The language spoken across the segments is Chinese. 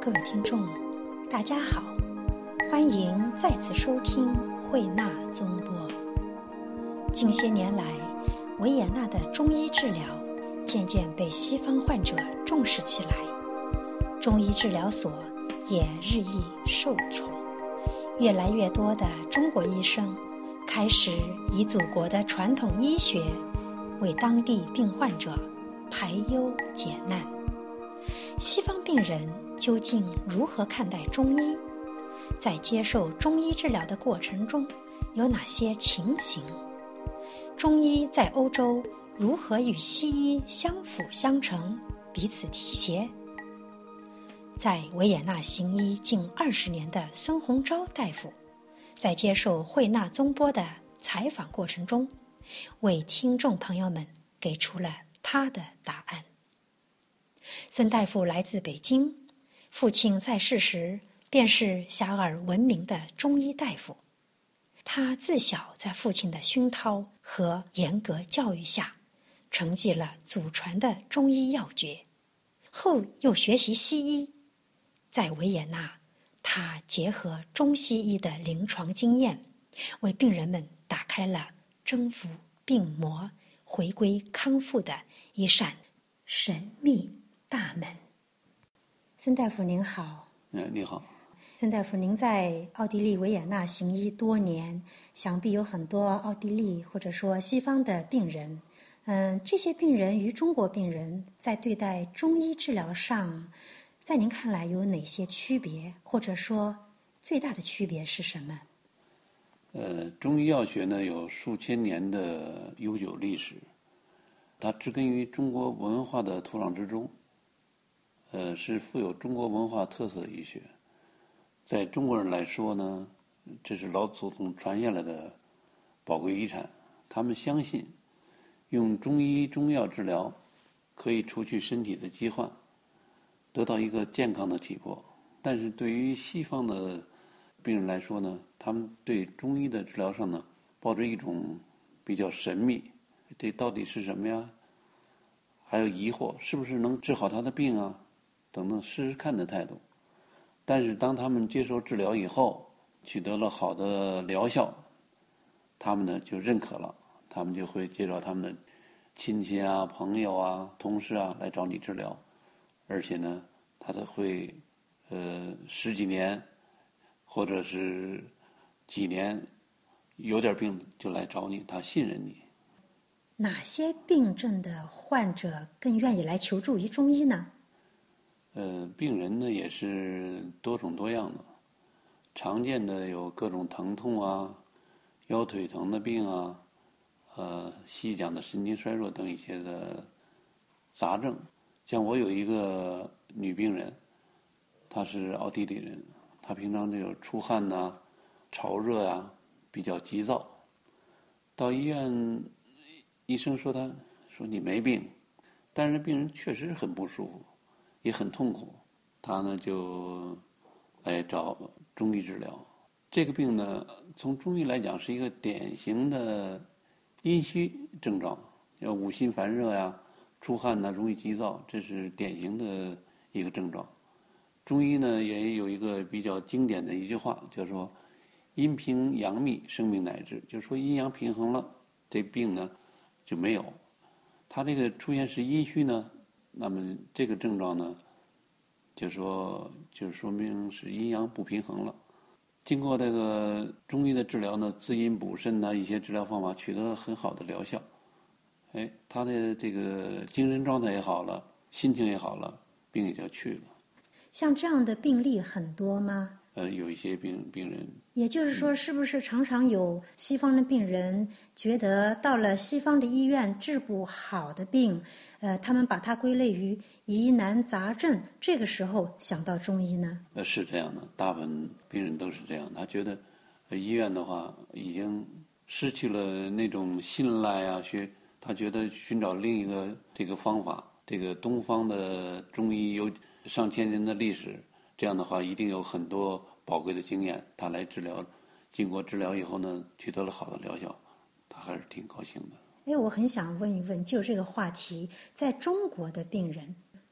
各位听众，大家好，欢迎再次收听慧纳综播。近些年来，维也纳的中医治疗渐渐被西方患者重视起来，中医治疗所也日益受宠，越来越多的中国医生开始以祖国的传统医学为当地病患者排忧解难。西方病人究竟如何看待中医？在接受中医治疗的过程中，有哪些情形？中医在欧洲如何与西医相辅相成，彼此提携？在维也纳行医近20年的孙洪昭大夫，在接受慧纳综播的采访过程中，为听众朋友们给出了他的答案。孙大夫来自北京，父亲在世时便是遐迩闻名的中医大夫。他自小在父亲的熏陶和严格教育下，承继了祖传的中医要诀，后又学习西医。在维也纳，他结合中西医的临床经验，为病人们打开了征服病魔、回归康复的一扇神秘大门。孙大夫您好。 你好。 孙大夫，您在奥地利维也纳行医多年，想必有很多奥地利或者说西方的病人。这些病人与中国病人在对待中医治疗上，在您看来有哪些区别，或者说最大的区别是什么？ 中医药学呢有数千年的悠久历史，它植根于中国文化的土壤之中，是富有中国文化特色的医学。在中国人来说呢，这是老祖宗传下来的宝贵遗产。他们相信用中医中药治疗可以除去身体的疾患，得到一个健康的体魄。但是对于西方的病人来说呢，他们对中医的治疗上呢抱着一种比较神秘，这到底是什么呀，还有疑惑，是不是能治好他的病啊等等试试看的态度。但是当他们接受治疗以后，取得了好的疗效，他们呢就认可了，他们就会介绍他们的亲戚啊、朋友啊、同事啊来找你治疗。而且呢他都会十几年或者是几年有点病就来找你，他信任你。 哪些病症的患者更愿意来求助于中医呢？ 病人呢也是多种多样的，常见的有各种疼痛啊、腰腿疼的病啊，西医讲的神经衰弱等一些的杂症。像我有一个女病人，她是奥地利人，她平常这个出汗呐、潮热啊比较急躁，到医院医生说你没病，但是病人确实很不舒服，也很痛苦，他呢就来找中医治疗。这个病呢，从中医来讲是一个典型的阴虚症状，要五心烦热呀、出汗呐、容易急躁，这是典型的一个症状。中医呢也有一个比较经典的一句话，叫做阴平阳秘，生命乃至，就是说阴阳平衡了，这病呢就没有。它这个出现是阴虚呢，那么这个症状呢就说明是阴阳不平衡了。经过这个中医的治疗呢，滋阴补肾一些治疗方法取得了很好的疗效。他的这个精神状态也好了，心情也好了，病也就去了。 像这样的病例很多吗？ 有一些病人， 也就是说，是不是常常有西方的病人觉得到了西方的医院治不好的病，他们把它归类于疑难杂症，这个时候想到中医呢？ 是这样的，大部分病人都是这样，他觉得医院的话已经失去了那种信赖啊，他觉得寻找另一个这个方法，这个东方的中医有上千年的历史，这样的话一定有很多宝贵的经验，他来治疗，经过治疗以后呢，取得了好的疗效，他还是挺高兴的。 我很想问一问，就这个话题，在中国的病人，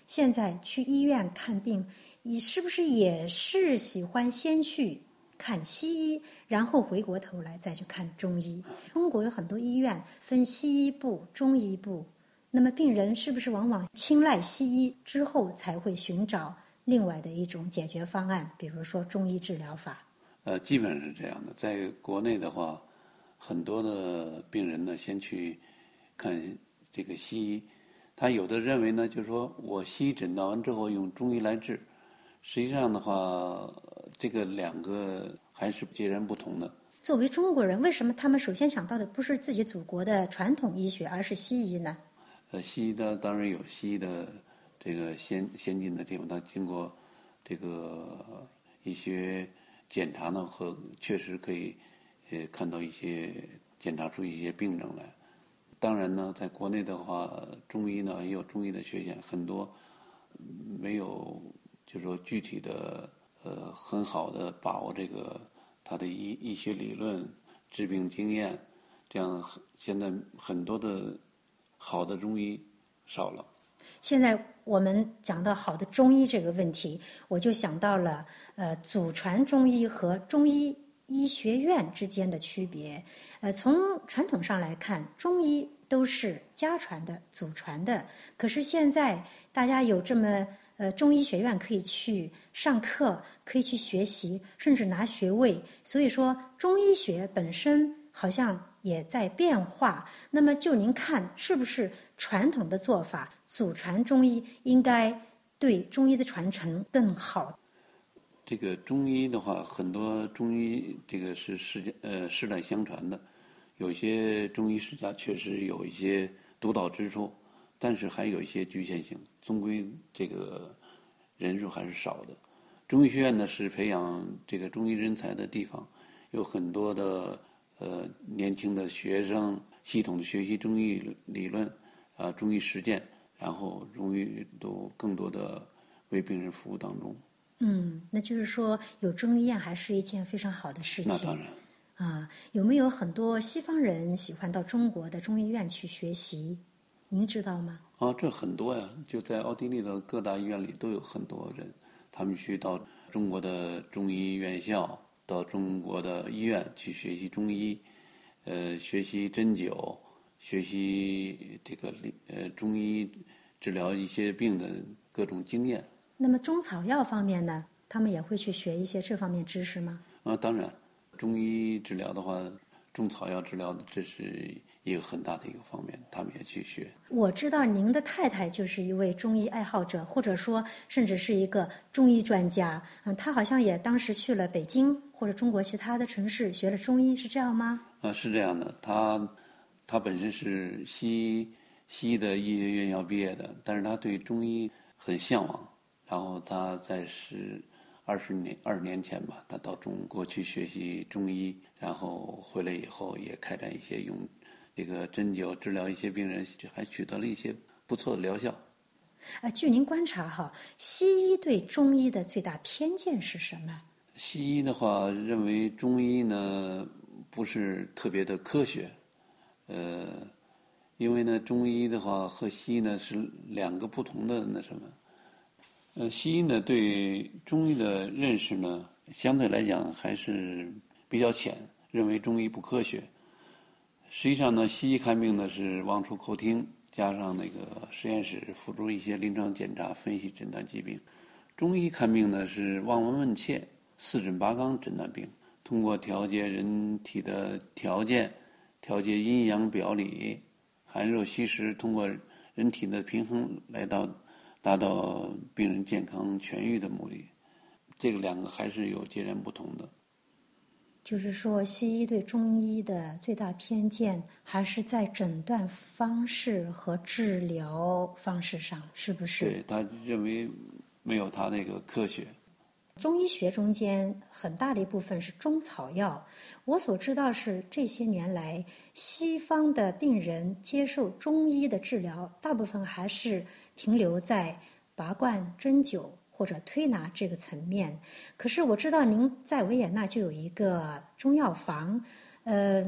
现在去医院看病，你是不是也是喜欢先去看西医，然后回过头来再去看中医？中国有很多医院分西医部、中医部，那么病人是不是往往青睐西医之后才会寻找另外的一种解决方案，比如说中医治疗法？ 基本上是这样的。在国内的话，很多的病人呢，先去看这个西医，他有的认为呢，就是说我西医诊断完之后用中医来治，实际上的话，这个两个还是截然不同的。 作为中国人，为什么他们首先想到的不是自己祖国的传统医学，而是西医呢？ 西医的当然有西医的这个先进的地方，它经过这个医学检查呢，和确实可以看到检查出一些病症来。当然呢，在国内的话，中医呢也有中医的学院，很多没有就是说具体的很好的把握这个它的医学理论、治病经验，这样现在很多的好的中医少了。 现在我们讲到好的中医这个问题，我就想到了祖传中医和中医医学院之间的区别。从传统上来看，中医都是家传的、祖传的，可是现在大家有这么中医学院可以去上课，可以去学习，甚至拿学位，所以说中医学本身好像也在变化。那么就您看，是不是传统的做法，祖传中医应该对中医的传承更好？ 这个中医的话，很多中医这个是世代相传的，有些中医世家确实有一些独到之处，但是还有一些局限性，终归这个人数还是少的。中医学院呢是培养这个中医人才的地方，有很多的年轻的学生系统的学习中医理论中医实践，然后容易都更多的为病人服务当中。 那就是说有中医院还是一件非常好的事情。 那当然。 有没有很多西方人喜欢到中国的中医院去学习？您知道吗？ 这很多呀，就在奥地利的各大医院里都有很多人，他们去到中国的中医院校，到中国的医院去学习中医，学习针灸，学习这个中医治疗一些病的各种经验。 那么中草药方面呢，他们也会去学一些这方面知识吗？ 当然，中医治疗的话，中草药治疗的这是一个很大的一个方面，他们也去学。 我知道您的太太就是一位中医爱好者，或者说甚至是一个中医专家。她好像也当时去了北京或者中国其他的城市学了中医，是这样吗？ 是这样的，她本身是西医的医学院校毕业的，但是她对中医很向往。然后他在20年前吧，他到中国去学习中医，然后回来以后也开展一些用这个针灸治疗一些病人，还取得了一些不错的疗效。 据您观察哈，西医对中医的最大偏见是什么？ 西医的话认为中医呢不是特别的科学，因为呢中医的话和西医呢是两个不同的那什么。西医呢对中医的认识呢，相对来讲还是比较浅，认为中医不科学。实际上呢，西医看病呢是望触口听，加上那个实验室辅助一些临床检查、分析诊断疾病。中医看病呢是望闻问切、四诊八纲诊断病，通过调节人体的条件，调节阴阳表里、寒热虚实，通过人体的平衡来达到病人健康痊愈的目的。这个两个还是有截然不同的。 就是说，西医对中医的最大偏见还是在诊断方式和治疗方式上，是不是？ 对，他认为没有他那个科学。 中医学中间很大的一部分是中草药。我所知道是这些年来，西方的病人接受中医的治疗，大部分还是停留在拔罐、针灸或者推拿这个层面。可是我知道您在维也纳就有一个中药房，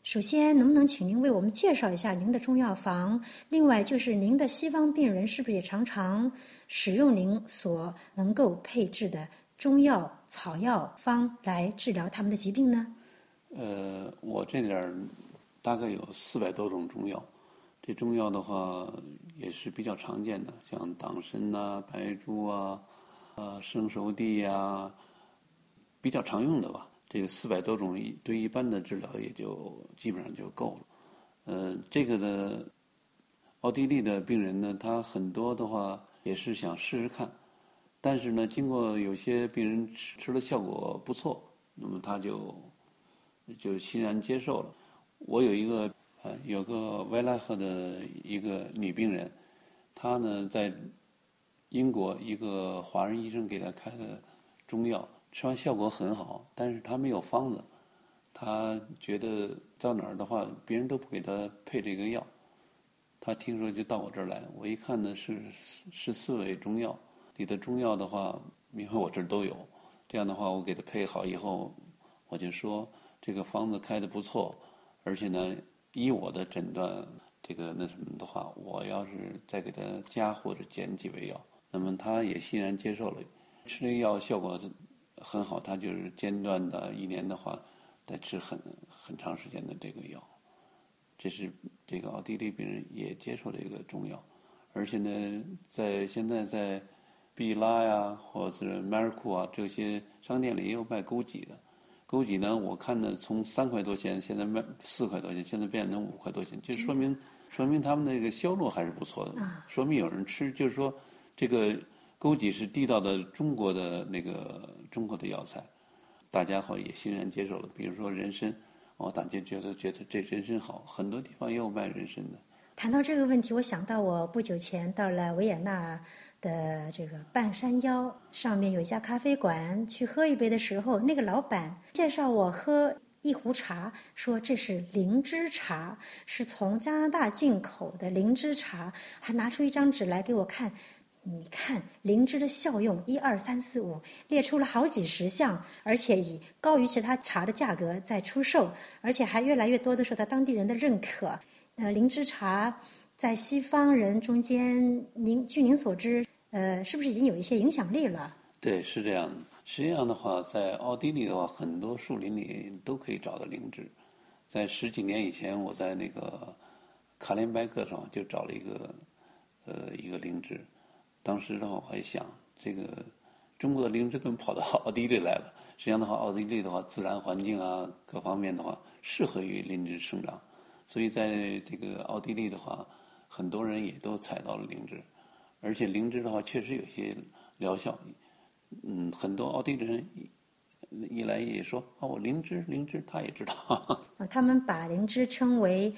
首先，能不能请您为我们介绍一下您的中药房？另外，就是您的西方病人是不是也常常使用您所能够配置的中药草药方来治疗他们的疾病呢？ 我这点儿大概有400多种中药。这中药的话也是比较常见的，像党参呐、白术啊、生熟地呀，比较常用的吧。这个400多种对一般的治疗也就基本上就够了。这个的奥地利的病人呢，他很多的话也是想试试看，但是呢，经过有些病人吃了效果不错，那么他就欣然接受了。我有个外来河的一个女病人，她呢在英国一个华人医生给她开的中药，吃完效果很好，但是她没有方子，她觉得到哪儿的话别人都不给她配这个药，她听说就到我这儿来，我一看呢是14味中药，里的中药的话，因为我这儿都有，这样的话我给她配好以后，我就说这个方子开的不错，而且呢依我的诊断，这个那什么的话，我要是再给他加或者减几味药，那么他也欣然接受了。吃这个药效果很好，他就是间断的1年的话，得吃很长时间的这个药。这是这个奥地利病人也接受这个中药，而且呢，现在在必拉呀或者麦尔库啊这些商店里也有卖枸杞的。枸杞呢，我看呢从3块多钱，现在卖4块多钱，现在变成5块多钱，就说明他们那个销路还是不错的，说明有人吃，就是说这个枸杞是地道的中国的药材，大家好也欣然接受了。比如说人参，大家觉得这人参好，很多地方也有卖人参的。 谈到这个问题，我想到我不久前到了维也纳的这个半山腰上面有一家咖啡馆，去喝一杯的时候，那个老板介绍我喝一壶茶，说这是灵芝茶，是从加拿大进口的灵芝茶，还拿出一张纸来给我看。你看灵芝的效用1、2、3、4、5，列出了好几十项，而且以高于其他茶的价格在出售，而且还越来越多的受到当地人的认可。灵芝茶在西方人中间，据您所知，是不是已经有一些影响力了？ 对，是这样的。实际上的话，在奥地利的话，很多树林里都可以找到灵芝。在10几年以前，我在那个卡林白克上就找了一个灵芝。当时的话，我还想，这个中国的灵芝怎么跑到奥地利来了？实际上的话，奥地利的话，自然环境啊，各方面的话，适合于灵芝生长。所以在这个奥地利的话，很多人也都采到了灵芝，而且灵芝的话确实有些疗效。很多奥地利人一来也说我灵芝，他也知道。 他们把灵芝称为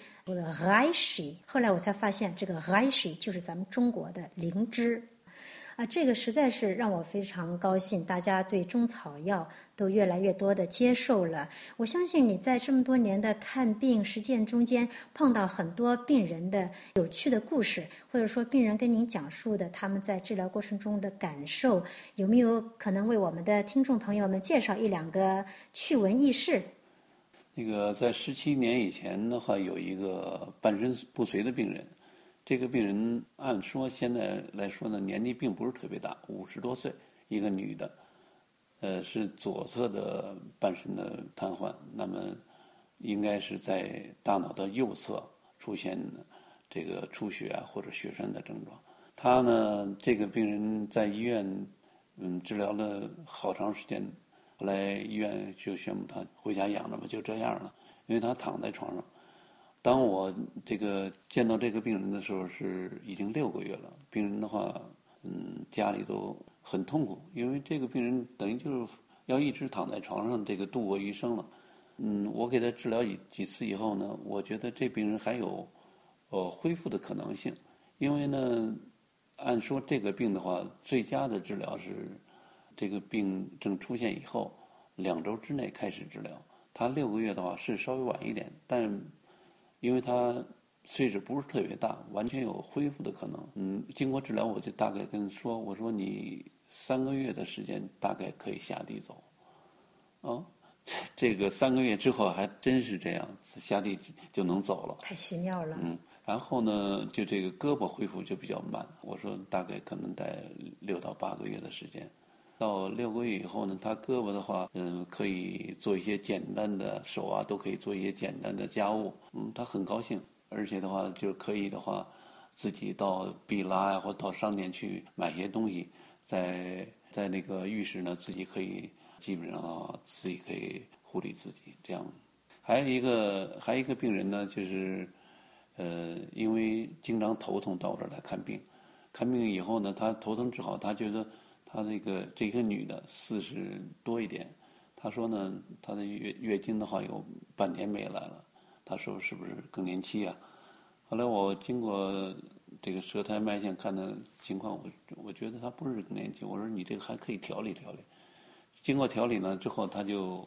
Reishi， 后来我才发现这个 Reishi 就是咱们中国的灵芝。这个实在是让我非常高兴，大家对中草药都越来越多的接受了。我相信你在这么多年的看病实践中间，碰到很多病人的有趣的故事，或者说病人跟您讲述的他们在治疗过程中的感受，有没有可能为我们的听众朋友们介绍1、2个趣闻轶事？ 那个在17年以前的话，有一个半身不遂的病人。这个病人按说现在来说呢，年纪并不是特别大，50多岁，一个女的，是左侧的半身的瘫痪，那么应该是在大脑的右侧出现这个出血啊或者血栓的症状。他呢，这个病人在医院治疗了好长时间，后来医院就宣布他回家养着吧，就这样了，因为他躺在床上。当我见到这个病人的时候，是已经6个月了。病人的话，家里都很痛苦，因为这个病人等于就是要一直躺在床上度过余生了。我给他治疗几次以后呢，我觉得这病人还有恢复的可能性，因为呢，按说这个病的话，最佳的治疗是这个病症出现以后2周之内开始治疗。他6个月的话是稍微晚一点，但因为他岁数不是特别大，完全有恢复的可能。经过治疗，我就大概跟说，我说你3个月的时间大概可以下地走。 这个3个月之后还真是这样，下地就能走了。 太奇妙了。 然后呢，就这个胳膊恢复就比较慢，我说大概可能得6到8个月的时间。到6个月以后呢，他胳膊的话，可以做一些简单的手啊，都可以做一些简单的家务。他很高兴，而且的话就可以的话，自己到必拉呀，或到商店去买些东西，在那个浴室呢，自己可以基本上自己可以护理自己这样。还有一个病人呢，就是因为经常头痛到我这儿来看病，看病以后呢，他头疼治好，他觉得他这个女的40多一点，他说呢，他的月经的话有半年没来了，他说是不是更年期啊？后来我经过这个舌苔脉象看的情况，我觉得他不是更年期，我说你这个还可以调理调理。经过调理呢之后，他就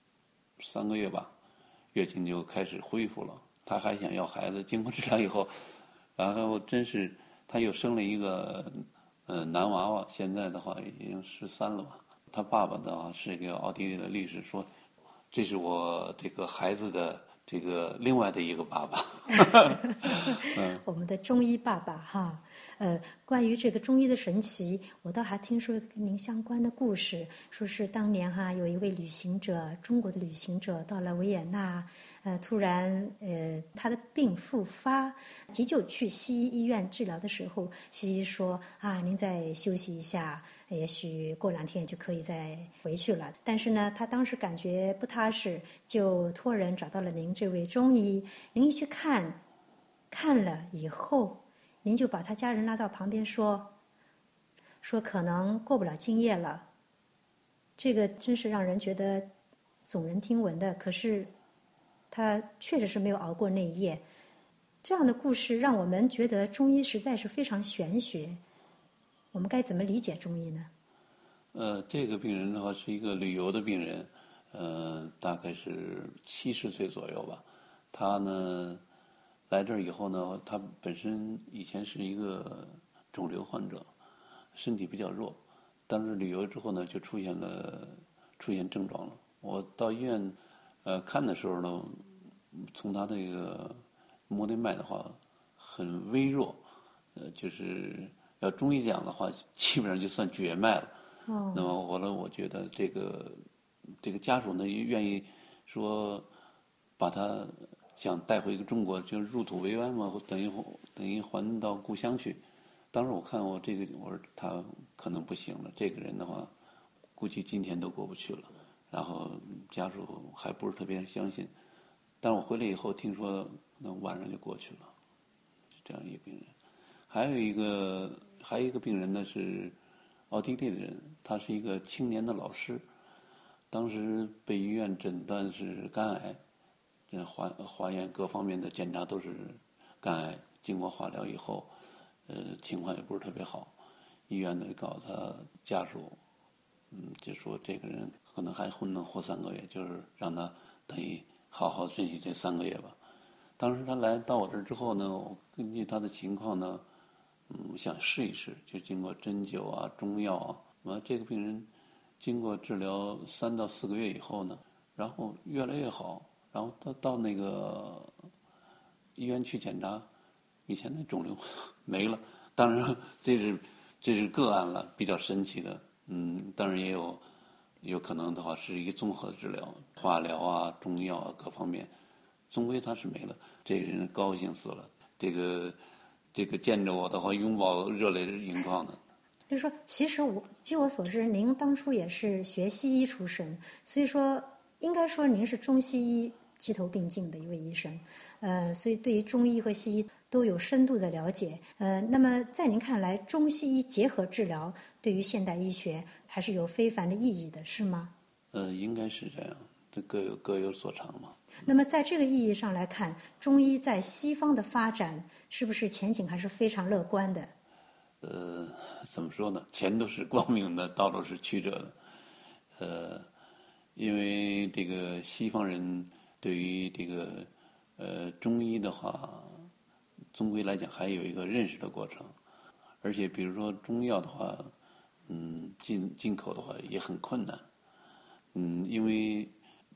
3个月吧，月经就开始恢复了。他还想要孩子，经过治疗以后，然后真是他又生了一个男娃娃，现在的话已经13了吧。他爸爸的话是一个奥地利的律师，说这是我这个孩子的这个另外的一个爸爸。 我们的中医爸爸哈。关于这个中医的神奇，我倒还听说跟您相关的故事，说是当年哈有一位旅行者，中国的旅行者到了维也纳，突然他的病复发，急救去西医院治疗的时候，西医说啊，您再休息一下，也许过2天就可以再回去了。但是呢，他当时感觉不踏实，就托人找到了您这位中医。您一去看了以后，您就把他家人拉到旁边说可能过不了今夜了。这个真是让人觉得耸人听闻的，可是他确实是没有熬过那一夜。这样的故事让我们觉得中医实在是非常玄学。我们该怎么理解中医呢？ 这个病人的话是一个旅游的病人，大概是70岁左右吧。他呢来这儿以后呢，他本身以前是一个肿瘤患者，身体比较弱。当时旅游之后呢，就出现症状了。我到医院看的时候呢，从他这个摸内脉的话很微弱，就是要中医讲的话，基本上就算绝脉了。那么后来我觉得这个家属呢愿意说把他想带回中国，就是入土为安嘛，等于还到故乡去。当时我看我说他可能不行了，这个人的话，估计今天都过不去了。然后家属还不是特别相信，但我回来以后听说，那晚上就过去了，是这样一个病人。还有一个病人呢是奥地利的人，他是一个青年的老师，当时被医院诊断是肝癌。化验各方面的检查都是肝癌，经过化疗以后，情况也不是特别好。医院呢告诉他家属，就说这个人可能还能活3个月，就是让他等于好好珍惜这3个月吧。当时他来到我这儿之后呢，我根据他的情况呢，想试一试，就经过针灸啊、中药啊，这个病人经过治疗3到4个月以后呢，然后越来越好。然后到那个医院去检查，以前那肿瘤没了。当然这是个案了，比较神奇的。当然也有可能的话是一个综合治疗，化疗啊、中药啊各方面，终归他是没了。这个人高兴死了，这个见着我的话拥抱热泪盈眶的。 就是说，其实据我所知，您当初也是学西医出身，所以说应该说您是中西医齐头并进的一位医生，所以对于中医和西医都有深度的了解。那么在您看来，中西医结合治疗对于现代医学还是有非凡的意义的，是吗？ 应该是这样，这各有所长嘛。 那么在这个意义上来看，中医在西方的发展是不是前景还是非常乐观的？ 怎么说呢？前途是光明的，道路是曲折的。因为这个西方人对于这个中医的话，终归来讲还有一个认识的过程。而且比如说中药的话，进口的话也很困难。因为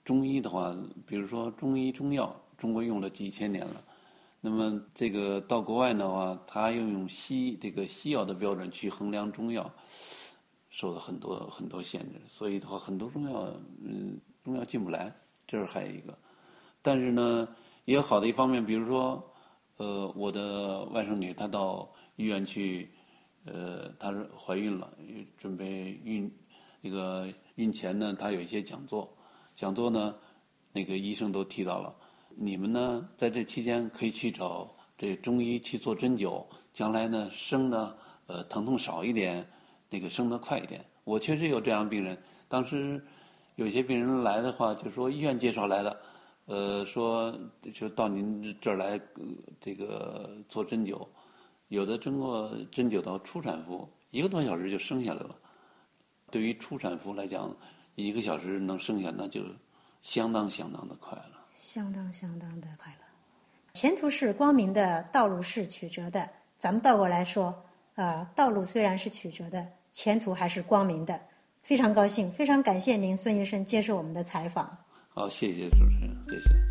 中医的话，比如说中医中药，中国用了几千年了。那么这个到国外的话，他又用西药的标准去衡量中药，受了很多限制。所以的话，很多中药进不来，这是还有一个。但是呢，也有好的一方面，比如说，我的外甥女她到医院去，她是怀孕了，准备孕前呢，她有一些讲座呢，那个医生都提到了，你们呢在这期间可以去找这中医去做针灸，将来呢生呢疼痛少一点，那个生得快一点。我确实有这样病人，当时有些病人来的话，就说医院介绍来的，说就到您这儿来这个做针灸，有的经过针灸到初产妇1个多小时就生下来了。对于初产妇来讲，1个小时能生下，那就相当的快了， 相当的快乐。前途是光明的，道路是曲折的。咱们倒过来说，道路虽然是曲折的，前途还是光明的。非常高兴，非常感谢您，孙医生接受我们的采访。 好，谢谢主持人，谢谢。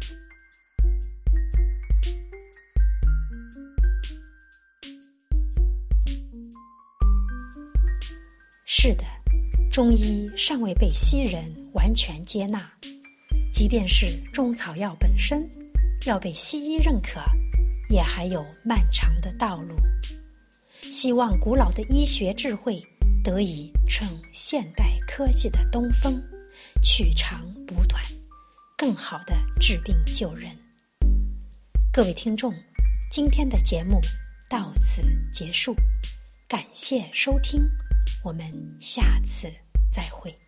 是的，中医尚未被西人完全接纳，即便是中草药本身要被西医认可，也还有漫长的道路。希望古老的医学智慧得以乘现代科技的东风，取长补短，更好地治病救人。各位听众，今天的节目到此结束，感谢收听，我们下次再会。